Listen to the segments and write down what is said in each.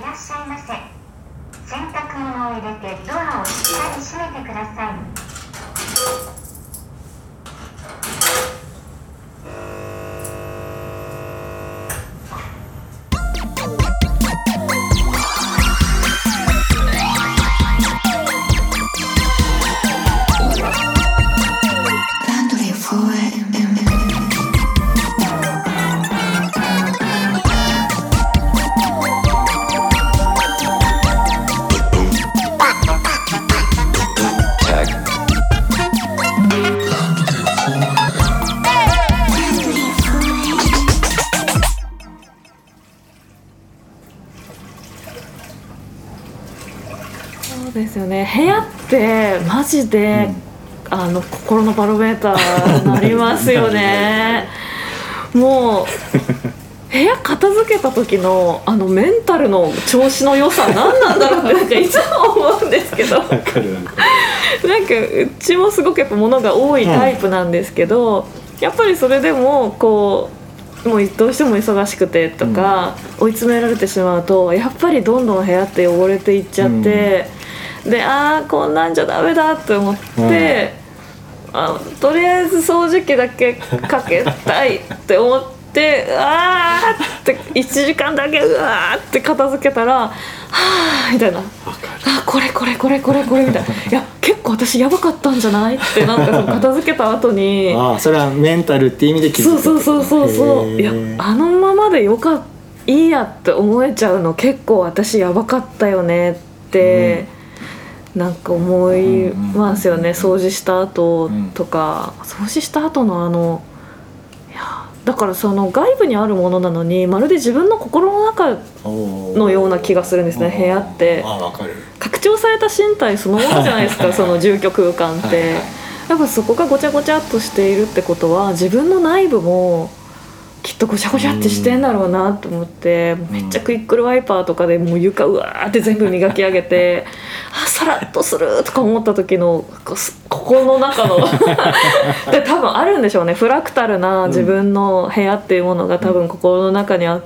らっしゃいませ。洗濯物を入れてドアをしっかり閉めてください。 そうですよね。部屋ってマジで、心のバロメーターになりますよね。もう部屋片付けた時のメンタルの調子の良さ何なんだろうってなんかいつも思うんですけどなんかうちもすごくやっぱ物が多いタイプなんですけど、やっぱりそれでもこうもうどうしても忙しくてとか、追い詰められてしまうとやっぱりどんどん部屋って汚れていっちゃって、でこんなんじゃダメだって思って、とりあえず掃除機だけかけたいって思ってって1時間だけって片付けたらみたいな、これみたいな、いや結構私やばかったんじゃないってなんかその片付けた後にそれはメンタルって意味で気づく。 そういやあのままでいいやって思えちゃうの結構私やばかったよねって、なんか思いますよね。掃除した後とか、掃除した後のいやだからその外部にあるものなのにまるで自分の心の中のような気がするんですね。部屋って拡張された身体そのものじゃないですかその住居空間ってやっぱそこがごちゃごちゃっとしているってことは自分の内部もきっとごちゃごちゃってしてんだろうなと思って、めっちゃクイックルワイパーとかでもう床うわーって全部磨き上げてさらっとするとか思った時の心の中ので多分あるんでしょうね。フラクタルな自分の部屋っていうものが多分心の中にあって、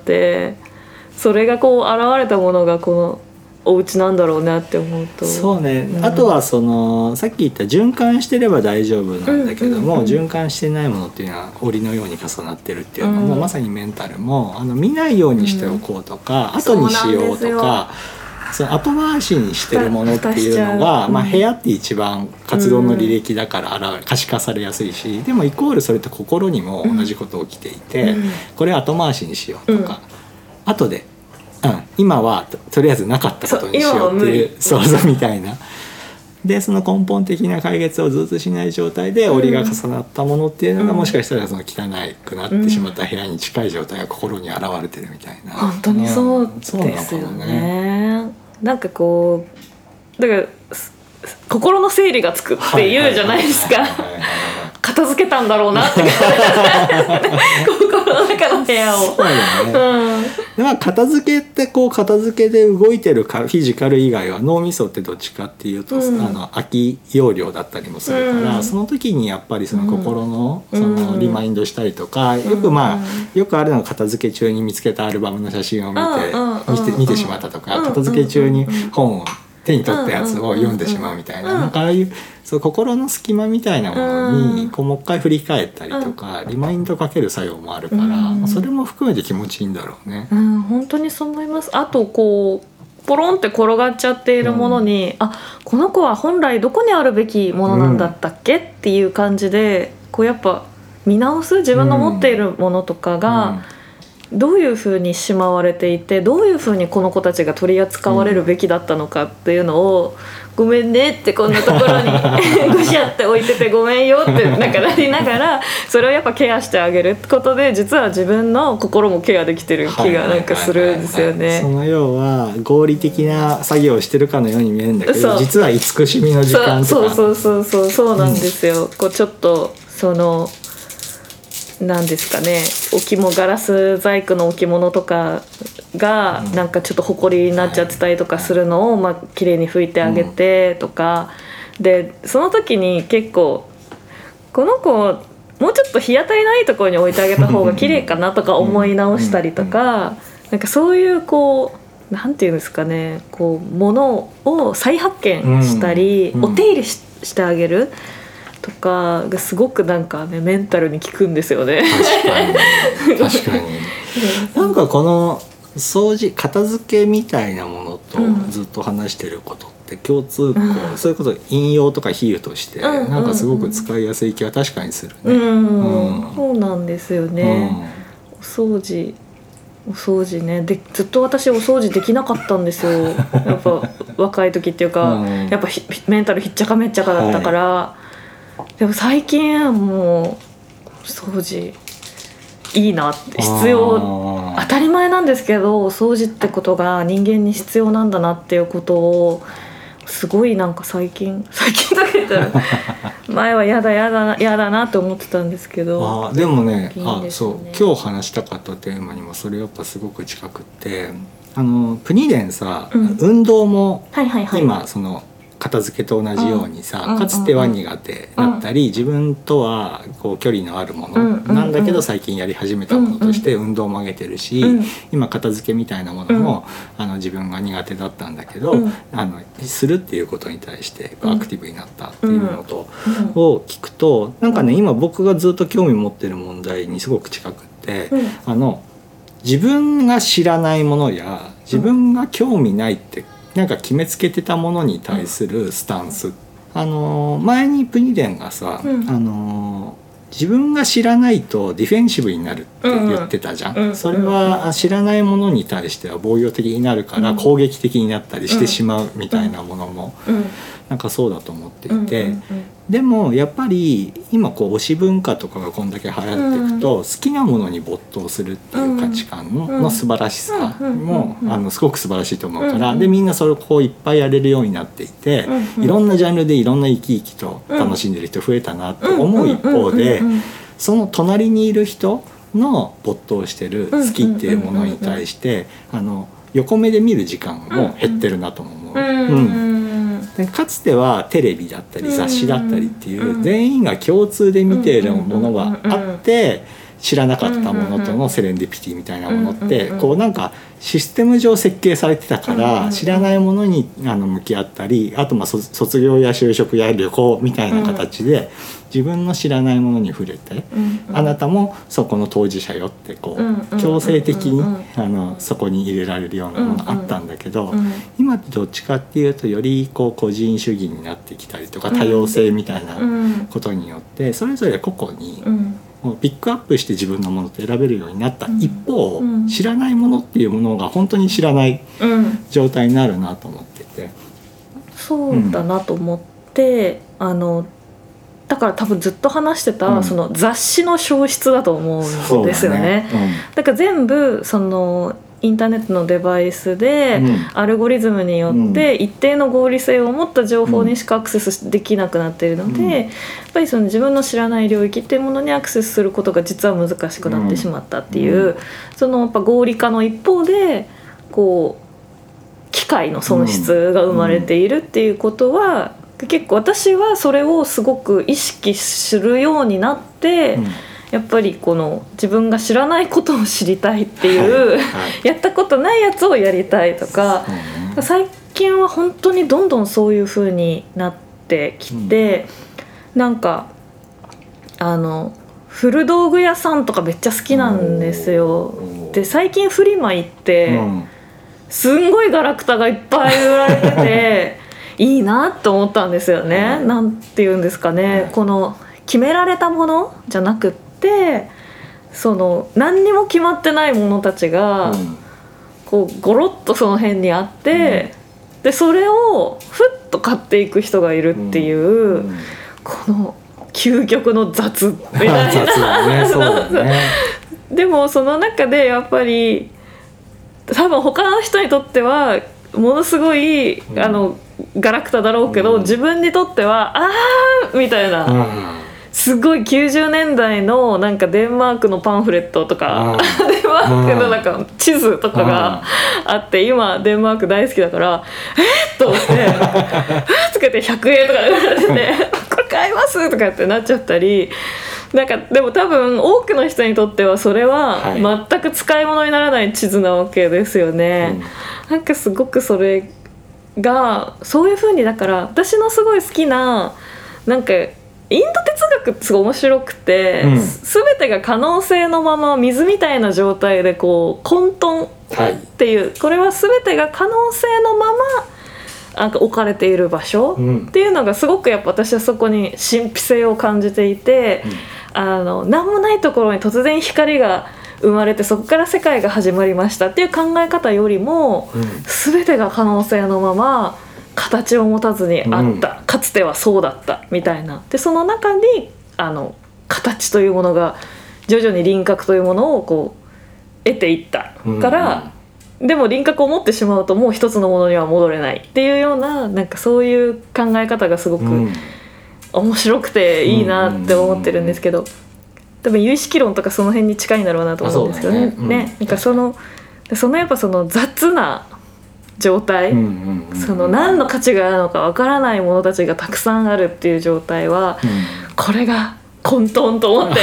それがこう現れたものがこのお家なんだろうなって思うと、 そうね、あとはそのさっき言った循環してれば大丈夫なんだけども、循環してないものっていうのは檻のように重なってるっていうのも、まさにメンタルも見ないようにしておこうとか、後にしようとか、その後回しにしてるものっていうのが、部屋って一番活動の履歴だから可視化されやすいし、でもイコールそれって心にも同じこと起きていて、これ後回しにしようとか、後で今は とりあえずなかったことにしようっていう想像みたいな。でその根本的な解決をずっとしない状態で折りが重なったものっていうのが、もしかしたらその汚くなってしまった部屋に近い状態が心に現れてるみたいな。 本当にそうですよね。なんかこうだから心の整理がつくって言うじゃないですか。片付けたんだろうなって心の中の部屋を。そうだね。で片付けって片付けで動いてるフィジカル以外は脳みそってどっちかっていうと、空き容量だったりもするから、その時にやっぱりその心のそのリマインドしたりとか、よくあるのが片付け中に見つけたアルバムの写真を見てしまったとか、片付け中に本を手に取ったやつを読んでしまうみたいな、なんかああいう心の隙間みたいなものにもう一回振り返ったりとか、リマインドかける作用もあるから、それも含めて気持ちいいんだろうね。 本当にそう思います。あとポロンって転がっちゃっているものに、この子は本来どこにあるべきものなんだったっけっていう感じでやっぱ見直す、自分の持っているものとかが、どういうふうにしまわれていて、どういうふうにこの子たちが取り扱われるべきだったのかっていうのを、ごめんねってこんなところにぐしゃって置いててごめんよってなんかなりながら、それをやっぱケアしてあげるってことで、実は自分の心もケアできてる気がなんかするんですよね。 その要は合理的な作業をしてるかのように見えるんだけど、実は慈しみの時間とか、 そうなんですよ。ちょっとなんですかね、ガラス細工の置物とかがなんかちょっとホコリになっちゃってたりとかするのを綺麗に拭いてあげてとかで、その時に結構この子もうちょっと日当たりのいいところに置いてあげた方が綺麗かなとか思い直したりとか、なんかそういうなんていうんですかね、こう物を再発見したり、お手入れしてあげるとかがすごくなんかねメンタルに効くんですよね。 確かになんかこの掃除片付けみたいなものとずっと話してることって共通項、そういうこと引用とか比喩としてなんかすごく使いやすい気は確かにするね。 そうなんですよね。お掃除ねでずっと私お掃除できなかったんですよ。やっぱ若い時っていうか、やっぱメンタルひっちゃかめっちゃかだったから、でも最近もう掃除いいなって必要当たり前なんですけどお掃除ってことが人間に必要なんだなっていうことをすごいなんか最近だけど前はやだなって思ってたんですけど、 でもね、 そう今日話したかったテーマにもそれやっぱすごく近くって、プニデンさ、運動も今その片付けと同じようにさ、かつては苦手だったり、自分とはこう距離のあるものなんだけど最近やり始めたものとして運動も上げてるし、今片付けみたいなものも自分が苦手だったんだけど、するっていうことに対してアクティブになったっていうのとを聞くと、なんかね今僕がずっと興味持ってる問題にすごく近くって、自分が知らないものや自分が興味ないってなんか決めつけてたものに対するスタンス、前にプニデンがさ、自分が知らないとディフェンシブになるって言ってたじゃん。それは知らないものに対しては防御的になるから攻撃的になったりしてしまうみたいなものもなんかそうだと思っていて、でもやっぱり今こう推し文化とかがこんだけ流行っていくと、好きなものに没頭するっていう価値観の素晴らしさもすごく素晴らしいと思うから、でみんなそれをこういっぱいやれるようになっていて、いろんなジャンルでいろんな生き生きと楽しんでる人増えたなと思う一方で、その隣にいる人の没頭してる好きっていうものに対して横目で見る時間も減ってるなと思う。でかつてはテレビだったり雑誌だったりっていう全員が共通で見ているものがあって知らなかったものとのセレンディピティみたいなものってこうなんかシステム上設計されてたから知らないものに向き合ったり、あと卒業や就職や旅行みたいな形で自分の知らないものに触れて、あなたもそこの当事者よってこう強制的にそこに入れられるようなものがあったんだけど、今ってどっちかっていうとよりこう個人主義になってきたりとか多様性みたいなことによってそれぞれ個々にピックアップして自分のものと選べるようになった一方、知らないものっていうものが本当に知らない状態になるなと思ってて、 そうだなと思って、だから多分ずっと話してた、その雑誌の消失だと思うんですよね。だから全部そのインターネットのデバイスでアルゴリズムによって一定の合理性を持った情報にしかアクセスできなくなっているので、やっぱりその自分の知らない領域っていうものにアクセスすることが実は難しくなってしまったっていう、そのやっぱ合理化の一方でこう機械の損失が生まれているっていうことは、結構私はそれをすごく意識するようになって、やっぱりこの自分が知らないことを知りたいっていう、やったことないやつをやりたいとか、最近は本当にどんどんそういう風になってきて、なんか古道具屋さんとかめっちゃ好きなんですよ。で最近フリマ行ってすんごいガラクタがいっぱい売られてていいなと思ったんですよね。なんていうんですかね、この決められたものじゃなくってその何にも決まってないものたちがこうゴロッとその辺にあって、でそれをふっと買っていく人がいるっていう、この究極の雑みたいな雑だね、そうだね。でもその中でやっぱり多分他の人にとってはものすごいガラクタだろうけど、自分にとってはみたいな、すごい90年代のなんかデンマークのパンフレットとか、デンマークのなんか地図とかがあって、今デンマーク大好きだからと思ってとか言って100円とかで売られててこれ買いますとかってなっちゃったり、 なんかでも多分多くの人にとってはそれははい全く使い物にならない地図なわけですよね、なんかすごくそれがそういう風に、だから私のすごい好きななんかインド哲学ってすごい面白くて、全てが可能性のまま水みたいな状態でこう混沌っていう、これは全てが可能性のままなんか置かれている場所っていうのがすごくやっぱ私はそこに神秘性を感じていて、何もないところに突然光が生まれてそこから世界が始まりましたっていう考え方よりも、全てが可能性のまま形を持たずにあった、かつてはそうだったみたいな、でその中に形というものが徐々に輪郭というものをこう得ていったから、でも輪郭を持ってしまうともう一つのものには戻れないっていうような、なんかそういう考え方がすごく面白くていいなって思ってるんですけど、多分有意識論とかその辺に近いんだろうなと思うんですけどね。なんかそのやっぱその雑な状態、その何の価値があるのかわからないものたちがたくさんあるっていう状態は、これが混沌と思って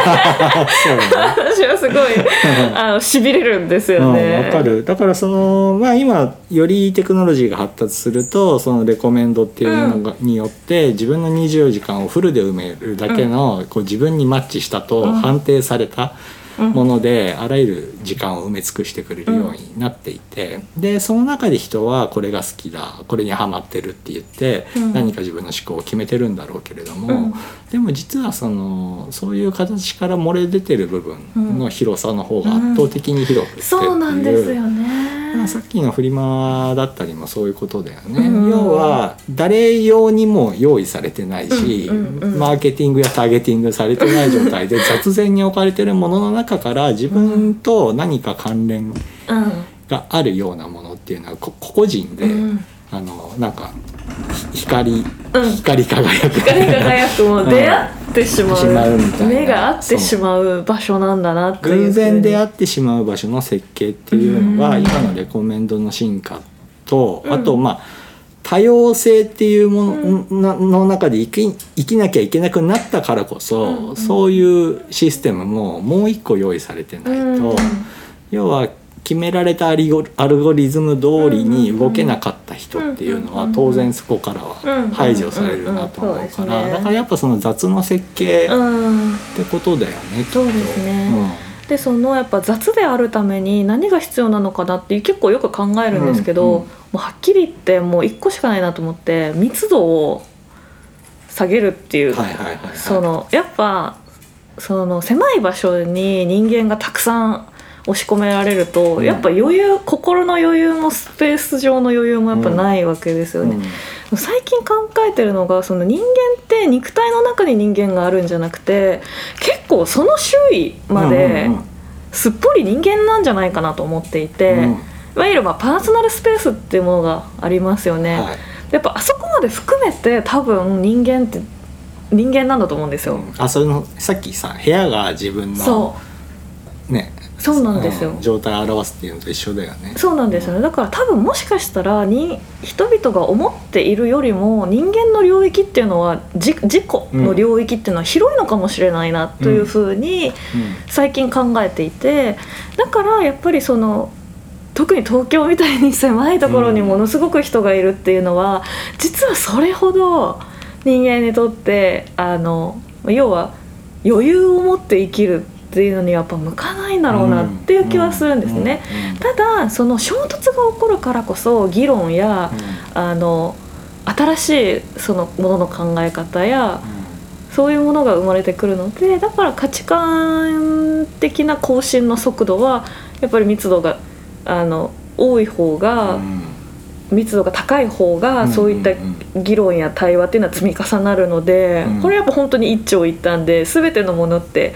私はすごいしびれるんですよね。 わかる。だから今よりテクノロジーが発達すると、そのレコメンドっていうのによって自分の24時間をフルで埋めるだけの、こう自分にマッチしたと判定されたもので、あらゆる時間を埋め尽くしてくれるようになっていて、でその中で人はこれが好きだ、これにハマってるって言って、何か自分の思考を決めてるんだろうけれども、でも実はそういう形から漏れ出てる部分の広さの方が圧倒的に広くて、 そうなんですよね。 さっきのフリマだったりもそういうことだよね、要は誰用にも用意されてないし、マーケティングやターゲティングされてない状態で雑然に置かれてるものの中から自分と何か関連があるようなものっていうのは個々人で、なんか光り輝くもう出会ってしまう、 みたいな目が合ってしまう場所なんだなっていう、 偶然出会ってしまう場所の設計っていうのが、今のレコメンドの進化と、あと多様性っていうものの中で生きなきゃいけなくなったからこそ、そういうシステムももう一個用意されてないと、要は決められたアルゴリズム通りに動けなかった人っていうのは当然そこからは排除されるなと思うから、だからやっぱその雑の設計ってことだよね。 そうですね、でやっぱ雑であるために何が必要なのかなって結構よく考えるんですけど、もうはっきり言ってもう1個しかないなと思って、密度を下げるっていう、やっぱ狭い場所に人間がたくさん押し込められると、やっぱ心の余裕もスペース上の余裕もやっぱないわけですよね。最近考えてるのが、人間って肉体の中に人間があるんじゃなくて、結構その周囲まですっぽり人間なんじゃないかなと思っていて、いわゆるパーソナルスペースっていうものがありますよね、やっぱあそこまで含めて多分人間って人間なんだと思うんですよ、 さっきさ、部屋が自分のね、 そうなんですよ、 状態を表すっていうのと一緒だよね。 そうなんですよね。だから多分もしかしたら人々が思っているよりも人間の領域っていうのは自己の領域っていうのは広いのかもしれないなというふうに最近考えていて、だからやっぱり特に東京みたいに狭いところにものすごく人がいるっていうのは、実はそれほど人間にとって要は余裕を持って生きるっていうのにやっぱ向かないんだろうなっていう気はするんですね。ただその衝突が起こるからこそ議論や、新しいものの考え方や、そういうものが生まれてくるので、だから価値観的な更新の速度はやっぱり密度が多い方が、密度が高い方がそういった議論や対話っていうのは積み重なるので、これやっぱ本当に一長一短で、全てのものって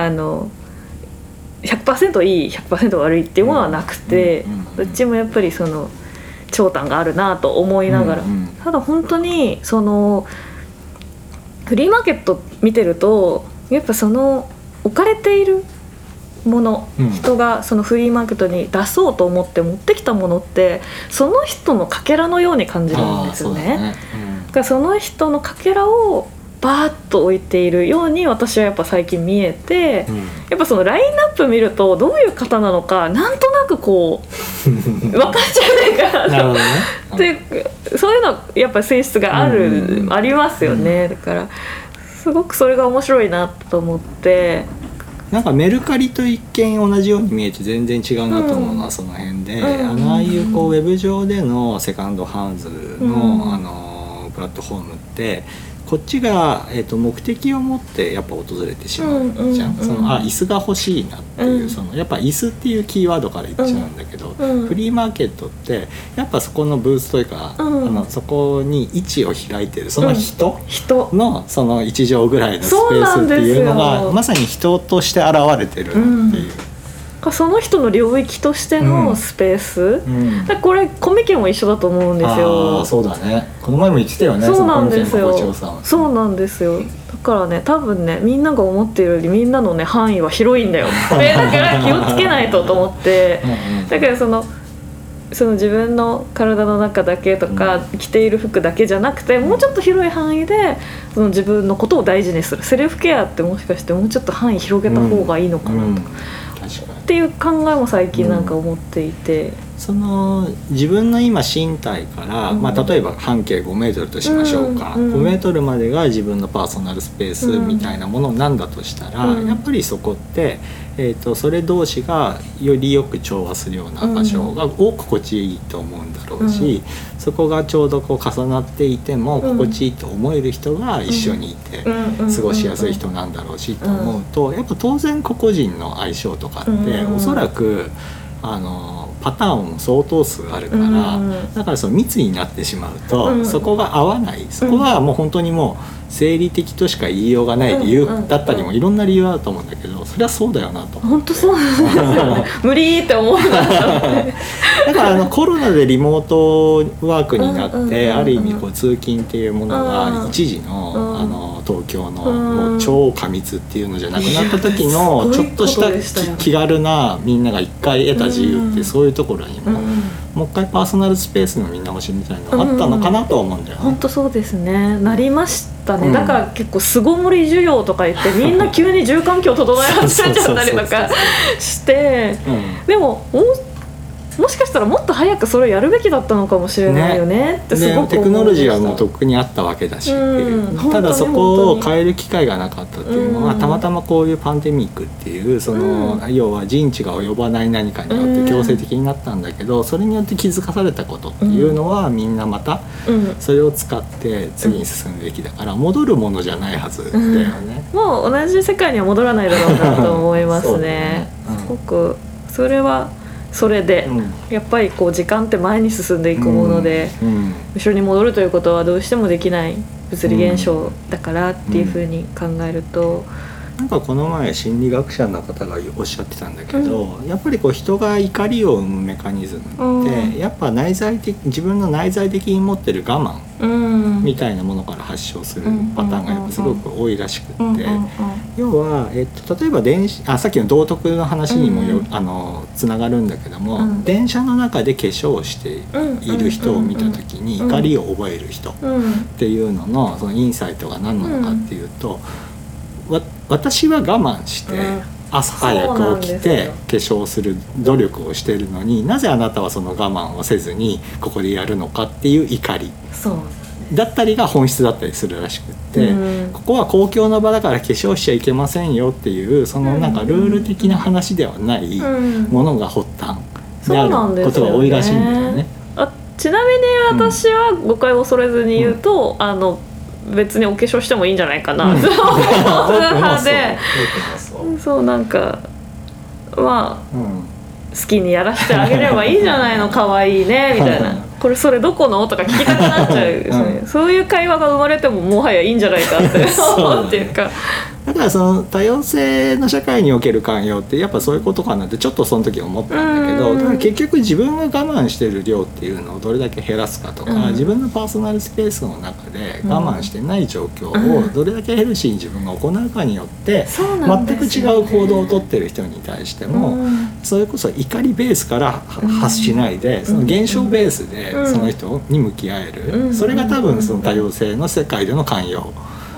100% いい 100% 悪いっていうものはなくて、どっちもやっぱり長短があるなと思いながら、ただ本当にフリーマーケット見てると、やっぱ置かれているもの、人がフリーマーケットに出そうと思って持ってきたものってその人のかけらのように感じるんですよね。だからその人のかけらをバーッと置いているように私はやっぱ最近見えて、やっぱそのラインナップ見るとどういう方なのかなんとなくこう分かっちゃうねんかなとでそういうのやっぱ性質がありますよね。だからすごくそれが面白いなと思って。 なんかメルカリと一見同じように見えて全然違うなと思うのはその辺で、ああいうこうウェブ上でのセカンドハンズの、プラットフォームってこっちが、目的を持ってやっぱ訪れてしまうじゃん。その椅子が欲しいなっていう、そのやっぱ椅子っていうキーワードから言っちゃうんだけど、フリーマーケットってやっぱそこのブースというか、そこに位置を開いてるその人のその1畳ぐらいのスペースっていうのがまさに人として現れてるっていう。 その人の領域としてのスペース、だこれコミケも一緒だと思うんですよ。 あ、そうだね。この前も言ってたよね。 そうなんですよ。 そうなんですよ。だからね、多分ね、みんなが思っているよりみんなのね範囲は広いんだよ。だから気をつけないと思って。だからその自分の体の中だけとか、着ている服だけじゃなくてもうちょっと広い範囲でその自分のことを大事にするセルフケアってもしかしてもうちょっと範囲広げた方がいいのかなとか。っていう考えも最近なんか思っていて、 その自分の今身体から、例えば半径5メートルとしましょうか、5メートルまでが自分のパーソナルスペースみたいなものなんだとしたら、やっぱりそこって、それ同士がよりよく調和するような場所が心地いいと思うんだろうし、そこがちょうどこう重なっていても心地いいと思える人が一緒にいて過ごしやすい人なんだろうしと思うと、やっぱ当然個々人の相性とかっておそらくパターンも相当数あるから、だからその密になってしまうと、そこが合わない、そこはもう本当にもう生理的としか言いようがない理由だったりもいろんな理由あると思うんだけど、それはそうだよなと。 本当そうなんですよ無理って思うだからコロナでリモートワークになって、ある意味こう通勤っていうものが一時の東京のもう超過密っていうのじゃなくなった時のちょっとした気軽なみんなが一回得た自由ってそういうところにももう一回パーソナルスペースの見直しみたいなのがあったのかなと思うんだよね。 本当そうですね、なりましたね。だから結構巣ごもり需要とか言ってみんな急に住環境整え始めちゃったりとかして、でももしかしたらもっと早くそれをやるべきだったのかもしれないよねってすごく思いました。 テクノロジーはもうとっくにあったわけだしっていう、ただそこを変える機会がなかったっていうのは、たまたまこういうパンデミックっていうその、要は人知が及ばない何かによって強制的になったんだけど、それによって気づかされたことっていうのは、みんなまたそれを使って次に進むべきだから、戻るものじゃないはずだよね。 もう同じ世界には戻らないだろうなと思いますね。すごくそれはそれで、やっぱりこう時間って前に進んでいくもので、後ろに戻るということはどうしてもできない物理現象だからっていうふうに考えると、 なんかこの前心理学者の方がおっしゃってたんだけど、やっぱりこう人が怒りを生むメカニズムって、やっぱ自分の内在的に持ってる我慢みたいなものから発症するパターンがやっぱすごく多いらしくって、要は、例えばさっきの道徳の話にもつながるんだけども、電車の中で化粧をしている人を見た時に怒りを覚える人っていうののそのインサイトが何なのかっていうと、私は我慢して朝早く起きて化粧する努力をしているのに、なぜあなたはその我慢をせずにここでやるのかっていう怒りだったりが本質だったりするらしくって、ここは公共の場だから化粧しちゃいけませんよっていうそのなんかルール的な話ではないものが発端であることが多いらしいんだよね。 ちなみに私は誤解を恐れずに言うと、別にお化粧してもいいんじゃないかなと思う派で、そうなんか好きにやらせてあげればいいじゃないの可愛いねみたいなこれそれどこのとか聞きたくなっちゃうですね。そういう会話が生まれてももはやいいんじゃないかって思うっていうか、 だからその多様性の社会における寛容ってやっぱそういうことかなってちょっとその時思ったんだけど、だから結局自分が我慢してる量っていうのをどれだけ減らすかとか、自分のパーソナルスペースの中で我慢してない状況をどれだけヘルシーに自分が行うかによって全く違う行動をとってる人に対しても、それこそ怒りベースから発しないでその現象ベースでその人に向き合える、それが多分その多様性の世界での寛容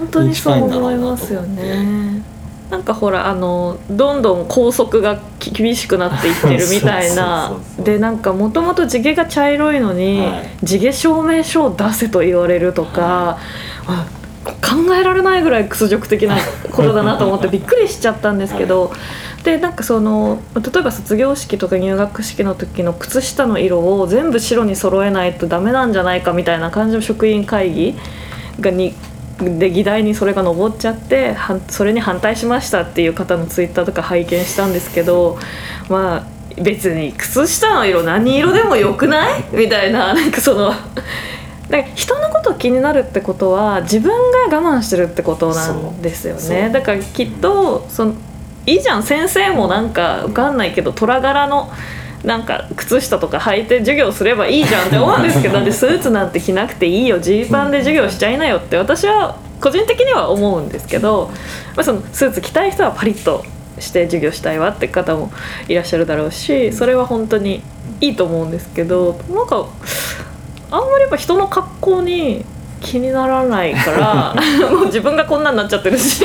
本当にそう思いますよね。なんかほらどんどん校則が厳しくなっていってるみたいなで、なんかもともと地毛が茶色いのに、はい、地毛証明書を出せと言われるとか、はい、考えられないぐらい屈辱的なことだなと思ってびっくりしちゃったんですけど、はい、でなんか例えば卒業式とか入学式の時の靴下の色を全部白に揃えないとダメなんじゃないかみたいな感じの職員会議で議題にそれが上っちゃってそれに反対しましたっていう方のツイッターとか拝見したんですけど、まあ別に靴下の色何色でもよくないみたいな、なんかだから人のこと気になるってことは自分が我慢してるってことなんですよね。だからきっといいじゃん、先生もなんか分かんないけど虎柄のなんか靴下とか履いて授業すればいいじゃんって思うんですけど、でスーツなんて着なくていいよ、ジーパンで授業しちゃいなよって私は個人的には思うんですけど、そのスーツ着たい人はパリッとして授業したいわって方もいらっしゃるだろうし、それは本当にいいと思うんですけど、なんかあんまりやっぱ人の格好に気にならないからもう自分がこんなになっちゃってるし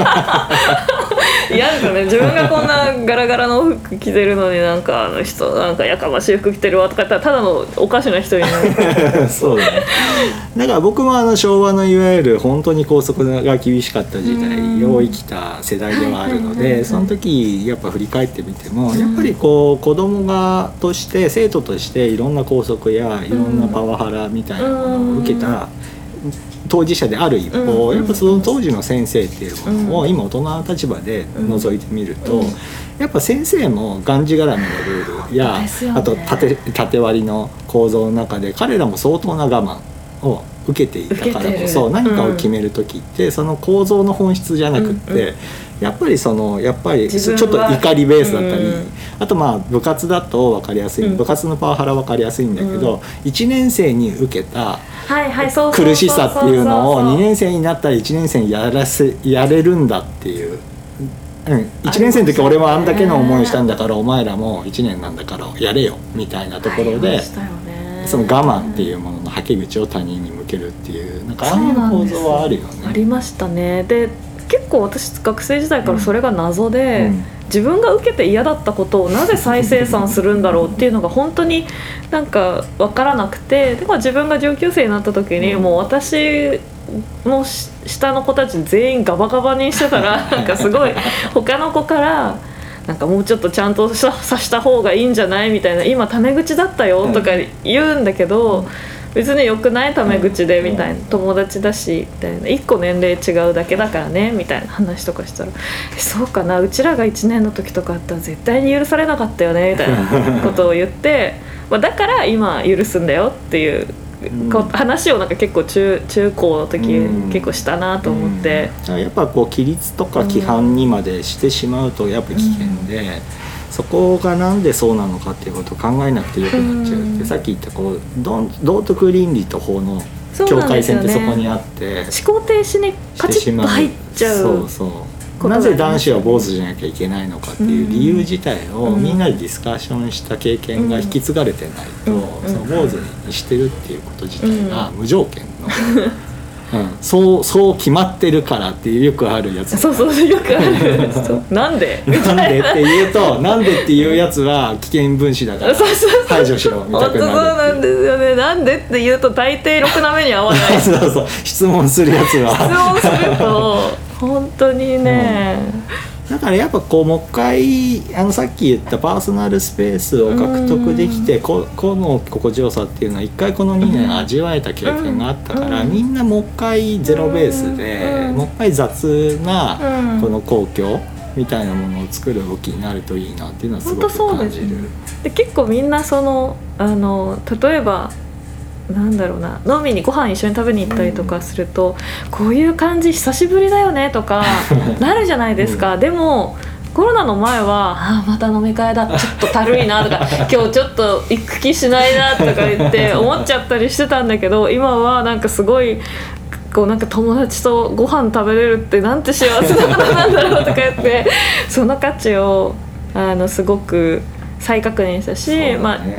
嫌ですよね。自分がこんなガラガラの服着てるのになんか人なんかやかましい服着てるわとか言ったらただのおかしな人になるそうだね。だから僕も昭和のいわゆる本当に校則が厳しかった時代を生きた世代ではあるので、その時やっぱ振り返ってみてもやっぱり子供がとして生徒としていろんな校則やいろんなパワハラみたいなものを受けた当事者である一方、やっぱその当時の先生っていうものを今大人の立場で覗いてみると、やっぱ先生もがんじがらめのルールや、あと縦割りの構造の中で彼らも相当な我慢を受けていたからこそ、何かを決める時ってその構造の本質じゃなくって、やっぱりちょっと怒りベースだったり、あと部活だと分かりやすい、部活のパワハラ分かりやすいんだけど、1年生に受けた苦しさっていうのを2年生になったら1年生にやれるんだっていう、1年生の時俺もあんだけの思いしたんだからお前らも1年なんだからやれよみたいなところで、その我慢っていうもののはけ口を他人に向けるっていうなんかああいう構造はあるよね。 ありましたね。で結構私学生時代からそれが謎で、自分が受けて嫌だったことをなぜ再生産するんだろうっていうのが本当になんか分からなくて、でも自分が上級生になった時にもう私の下の子たち全員ガバガバにしてたらなんかすごい他の子からなんかもうちょっとちゃんとさした方がいいんじゃないみたいな、今タメ口だったよとか言うんだけど、別に良くないタメ口でみたいな、友達だしみたいな、1個年齢違うだけだからねみたいな話とかしたら、そうかな、うちらが1年の時とかあったら絶対に許されなかったよねみたいなことを言ってだから今許すんだよっていう話をなんか結構中高の時結構したなと思って、 やっぱ規律とか規範にまでしてしまうとやっぱ危険で、そこがなんでそうなのかっていうことを考えなくてよくなっちゃうって、さっき言った道徳倫理と法の境界線ってそこにあって、 思考停止にカチッと入っちゃう。 なぜ男子は坊主じゃなきゃいけないのかっていう理由自体をみんなでディスカッションした経験が引き継がれてないと、その坊主にしてるっていうこと自体が無条件のそう決まってるからっていうよくあるやつ。 そうよくあるなんでって言うとなんでっていうやつは危険分子だから排除しろみたいな。 そうなんですよね。なんでって言うと大抵ろくな目に合わないそう質問するやつは質問すると本当にね、 だからやっぱもう一回さっき言ったパーソナルスペースを獲得できて個の心地よさっていうのは一回この2年味わえた経験があったから、みんなもう一回ゼロベースでもう一回雑なこの公共みたいなものを作る動きになるといいなっていうのはすごく感じる。 で結構みんな例えばなんだろうな、飲みにご飯一緒に食べに行ったりとかすると、こういう感じ久しぶりだよねとかなるじゃないですか。でもコロナの前はまた飲み会だちょっとたるいなとか今日ちょっと行く気しないなとか言って思っちゃったりしてたんだけど、今はなんかすごいなんか友達とご飯食べれるってなんて幸せなことなんだろうとか言ってその価値をすごく再確認したし、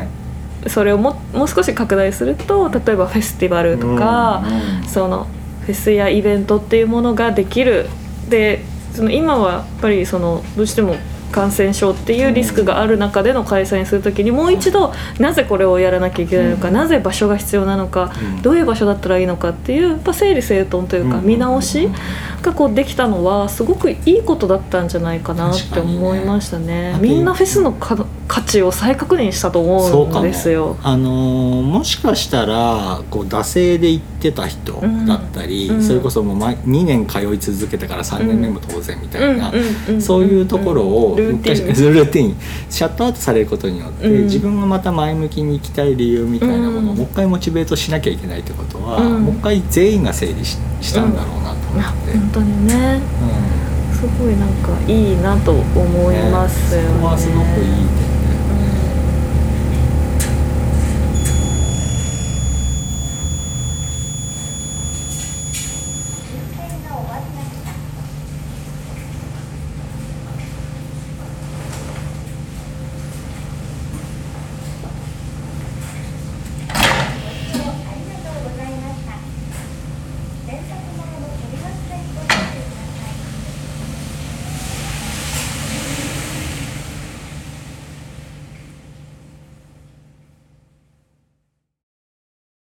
それをもう少し拡大すると、例えばフェスティバルとか、そのフフェスやイベントっていうものができる。でその今はやっぱりそのどうしても感染症っていうリスクがある中での開催にするときにもう一度なぜこれをやらなきゃいけないのか、なぜ場所が必要なのか、どういう場所だったらいいのかっていうやっぱ整理整頓というか見直しがこうできたのはすごくいいことだったんじゃないかなって思いましたね。みんなフェスの価値を再確認したと思うんですよ。 もしかしたらこう惰性で行ってた人だったり、それこそもう2年通い続けたから3年目も当然みたいな、そういうところをルーティンシャットアウトされることによって、自分がまた前向きに行きたい理由みたいなものをもう一回モチベートしなきゃいけないってことは、もう一回全員が整理したんだろうなと思って、 本当にね、すごいなんかいいなと思いますよね。 そこはすごくいい点